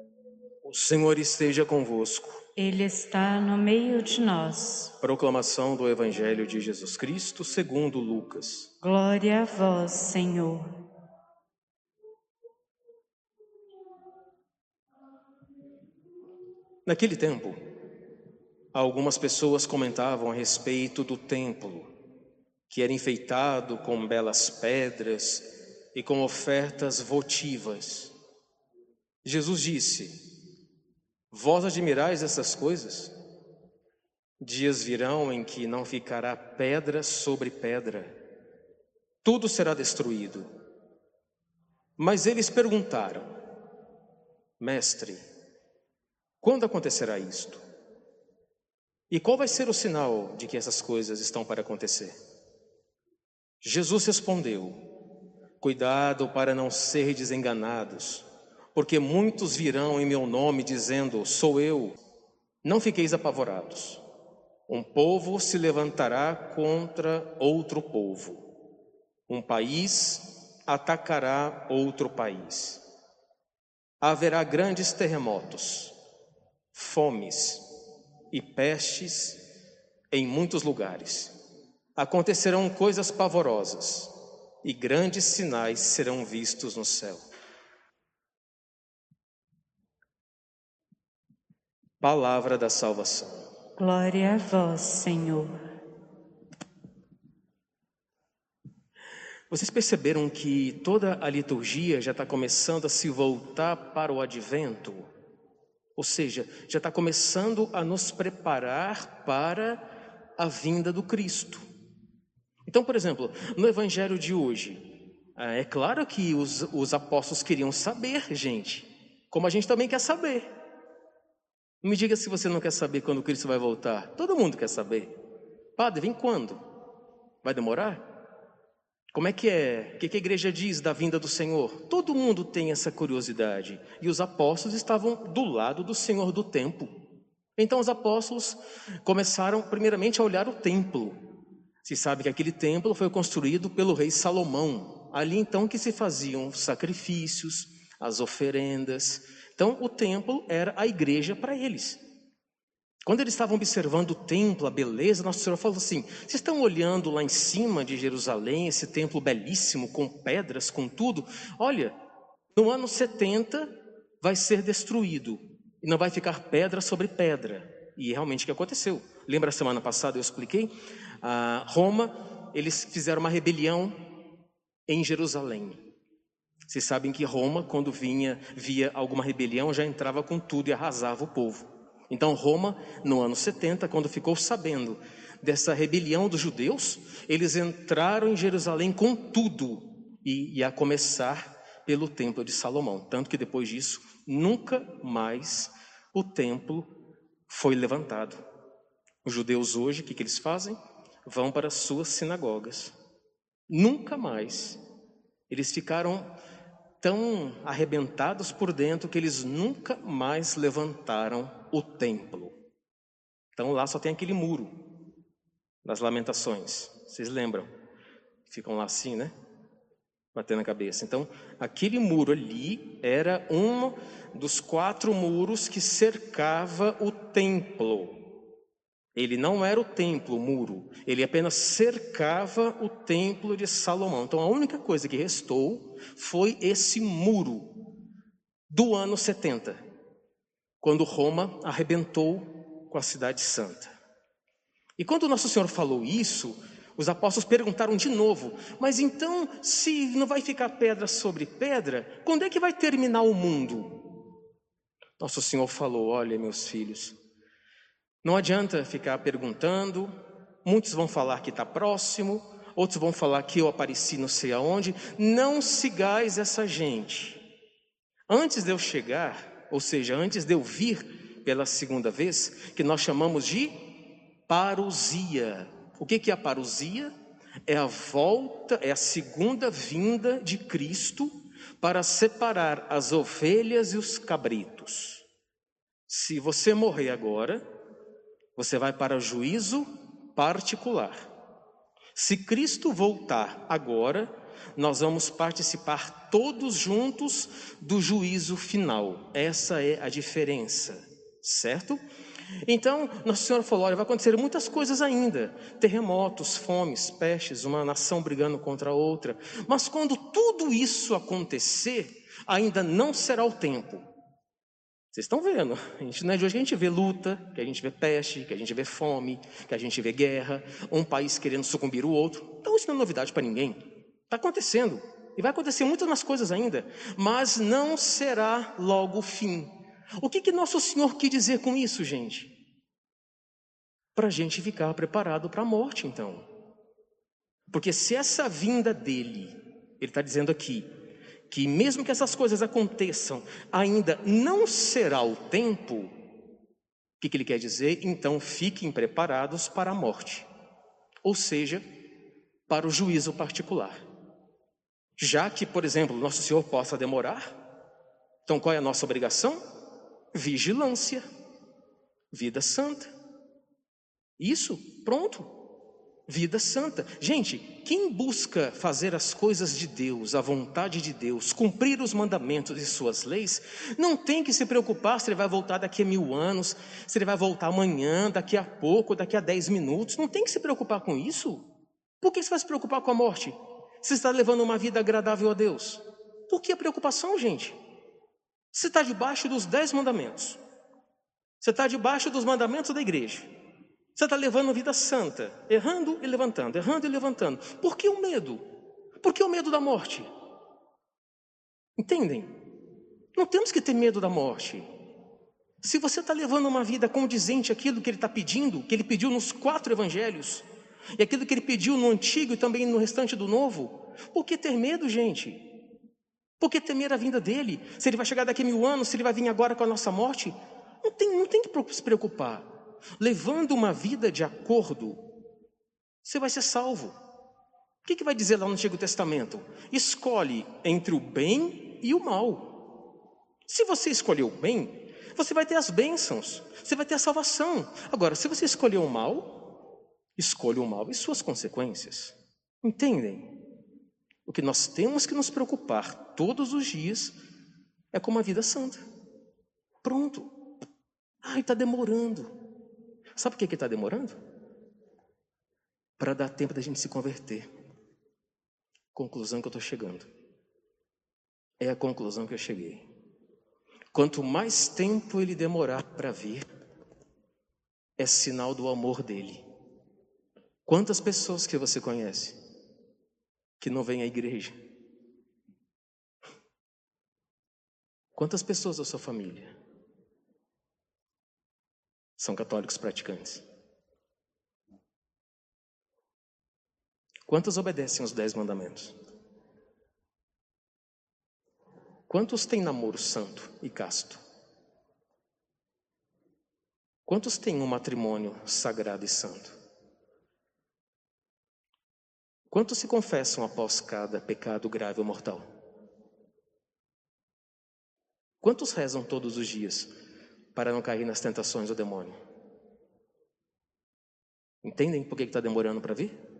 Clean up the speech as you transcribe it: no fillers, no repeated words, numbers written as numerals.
O Senhor esteja convosco. Ele está no meio de nós. Proclamação do Evangelho de Jesus Cristo segundo Lucas. Glória a vós, Senhor. Naquele tempo, algumas pessoas comentavam a respeito do templo, que era enfeitado com belas pedras e com ofertas votivas. Jesus disse: Vós admirais essas coisas? Dias virão em que não ficará pedra sobre pedra, tudo será destruído. Mas eles perguntaram: Mestre, quando acontecerá isto? E qual vai ser o sinal de que essas coisas estão para acontecer? Jesus respondeu: Cuidado para não serdes enganados, porque muitos virão em meu nome dizendo: Sou eu. Não fiqueis apavorados. Um povo se levantará contra outro povo. Um país atacará outro país. Haverá grandes terremotos, fomes e pestes em muitos lugares. Acontecerão coisas pavorosas e grandes sinais serão vistos no céu. Palavra da salvação. Glória a vós, Senhor. Vocês perceberam que toda a liturgia já está começando a se voltar para o advento? Ou seja, já está começando a nos preparar para a vinda do Cristo. Então, por exemplo, no Evangelho de hoje, é claro que os apóstolos queriam saber, gente, como a gente também quer saber. Não me diga se você não quer saber quando Cristo vai voltar. Todo mundo quer saber. Padre, vem quando? Vai demorar? Como é que é? O que a igreja diz da vinda do Senhor? Todo mundo tem essa curiosidade. E os apóstolos estavam do lado do Senhor do tempo. Então os apóstolos começaram primeiramente a olhar o templo. Se sabe que aquele templo foi construído pelo rei Salomão. Ali então que se faziam sacrifícios, as oferendas. Então o templo era a igreja para eles. Quando eles estavam observando o templo, a beleza, Nosso Senhor falou assim: vocês estão olhando lá em cima de Jerusalém, esse templo belíssimo, com pedras, com tudo? Olha, no ano 70 vai ser destruído e não vai ficar pedra sobre pedra. E realmente o que aconteceu? Lembra a semana passada eu expliquei? Roma, eles fizeram uma rebelião em Jerusalém. Vocês sabem que Roma, quando via alguma rebelião, já entrava com tudo e arrasava o povo. Então Roma, no ano 70, quando ficou sabendo dessa rebelião dos judeus, eles entraram em Jerusalém com tudo, e a começar pelo templo de Salomão. Tanto que depois disso, nunca mais o templo foi levantado. Os judeus hoje, o que eles fazem? Vão para as suas sinagogas. Nunca mais. Eles ficaram tão arrebentados por dentro que eles nunca mais levantaram o templo. Então lá só tem aquele muro das Lamentações. Vocês lembram? Ficam lá assim, né? Batendo a cabeça. Então aquele muro ali era um dos 4 muros que cercava o templo. Ele não era o templo, o muro. Ele apenas cercava o templo de Salomão. Então a única coisa que restou foi esse muro do ano 70, quando Roma arrebentou com a cidade santa. E quando Nosso Senhor falou isso, os apóstolos perguntaram de novo: mas então, se não vai ficar pedra sobre pedra, quando é que vai terminar o mundo? Nosso Senhor falou: olha, meus filhos, não adianta ficar perguntando. Muitos vão falar que está próximo, outros vão falar que eu apareci não sei aonde. Não sigais essa gente. Antes de eu chegar, ou seja, antes de eu vir pela segunda vez, que nós chamamos de parousia. O que é a parousia? É a volta, é a segunda vinda de Cristo para separar as ovelhas e os cabritos. Se você morrer agora, você vai para juízo particular. Se Cristo voltar agora, nós vamos participar todos juntos do juízo final. Essa é a diferença, certo? Então, Nossa Senhora falou, olha, vai acontecer muitas coisas ainda. Terremotos, fomes, pestes, uma nação brigando contra a outra. Mas quando tudo isso acontecer, ainda não será o tempo. Vocês estão vendo, não é de hoje que a gente vê luta, que a gente vê peste, que a gente vê fome, que a gente vê guerra, um país querendo sucumbir o outro. Então isso não é novidade para ninguém. Está acontecendo. E vai acontecer muitas mais coisas ainda. Mas não será logo o fim. O que Nosso Senhor quis dizer com isso, gente? Para a gente ficar preparado para a morte, então. Porque se essa vinda dele, ele está dizendo aqui, que mesmo que essas coisas aconteçam, ainda não será o tempo. O que ele quer dizer? Então fiquem preparados para a morte. Ou seja, para o juízo particular. Já que, por exemplo, Nosso Senhor possa demorar, então qual é a nossa obrigação? Vigilância, vida santa. Isso, pronto. Vida santa. Gente, quem busca fazer as coisas de Deus, a vontade de Deus, cumprir os mandamentos e suas leis, não tem que se preocupar se ele vai voltar daqui a 1000 anos, se ele vai voltar amanhã, daqui a pouco, daqui a 10 minutos. Não tem que se preocupar com isso. Por que você vai se preocupar com a morte? Você está levando uma vida agradável a Deus. Por que a preocupação, gente? Você está debaixo dos 10 mandamentos. Você está debaixo dos mandamentos da igreja. Você está levando vida santa, errando e levantando, errando e levantando. Por que o medo? Por que o medo da morte? Entendem? Não temos que ter medo da morte. Se você está levando uma vida condizente àquilo que ele está pedindo, que ele pediu nos 4 evangelhos, e aquilo que ele pediu no Antigo e também no restante do Novo, por que ter medo, gente? Por que temer a vinda dele? Se ele vai chegar daqui a 1000 anos, se ele vai vir agora com a nossa morte? Não tem que se preocupar. Levando uma vida de acordo, você vai ser salvo. O que vai dizer lá no Antigo Testamento? Escolhe entre o bem e o mal. Se você escolher o bem, você vai ter as bênçãos, você vai ter a salvação. Agora, se você escolher o mal, escolha o mal e suas consequências. Entendem? O que nós temos que nos preocupar todos os dias é com uma vida santa. Pronto. Ai, está demorando. Sabe por que está demorando? Para dar tempo da gente se converter. Conclusão que eu estou chegando. É a conclusão que eu cheguei. Quanto mais tempo ele demorar para vir, é sinal do amor dele. Quantas pessoas que você conhece que não vêm à igreja? Quantas pessoas da sua família são católicos praticantes? Quantos obedecem os 10 mandamentos? Quantos têm namoro santo e casto? Quantos têm um matrimônio sagrado e santo? Quantos se confessam após cada pecado grave ou mortal? Quantos rezam todos os dias para não cair nas tentações do demônio? Entendem por que está demorando para vir?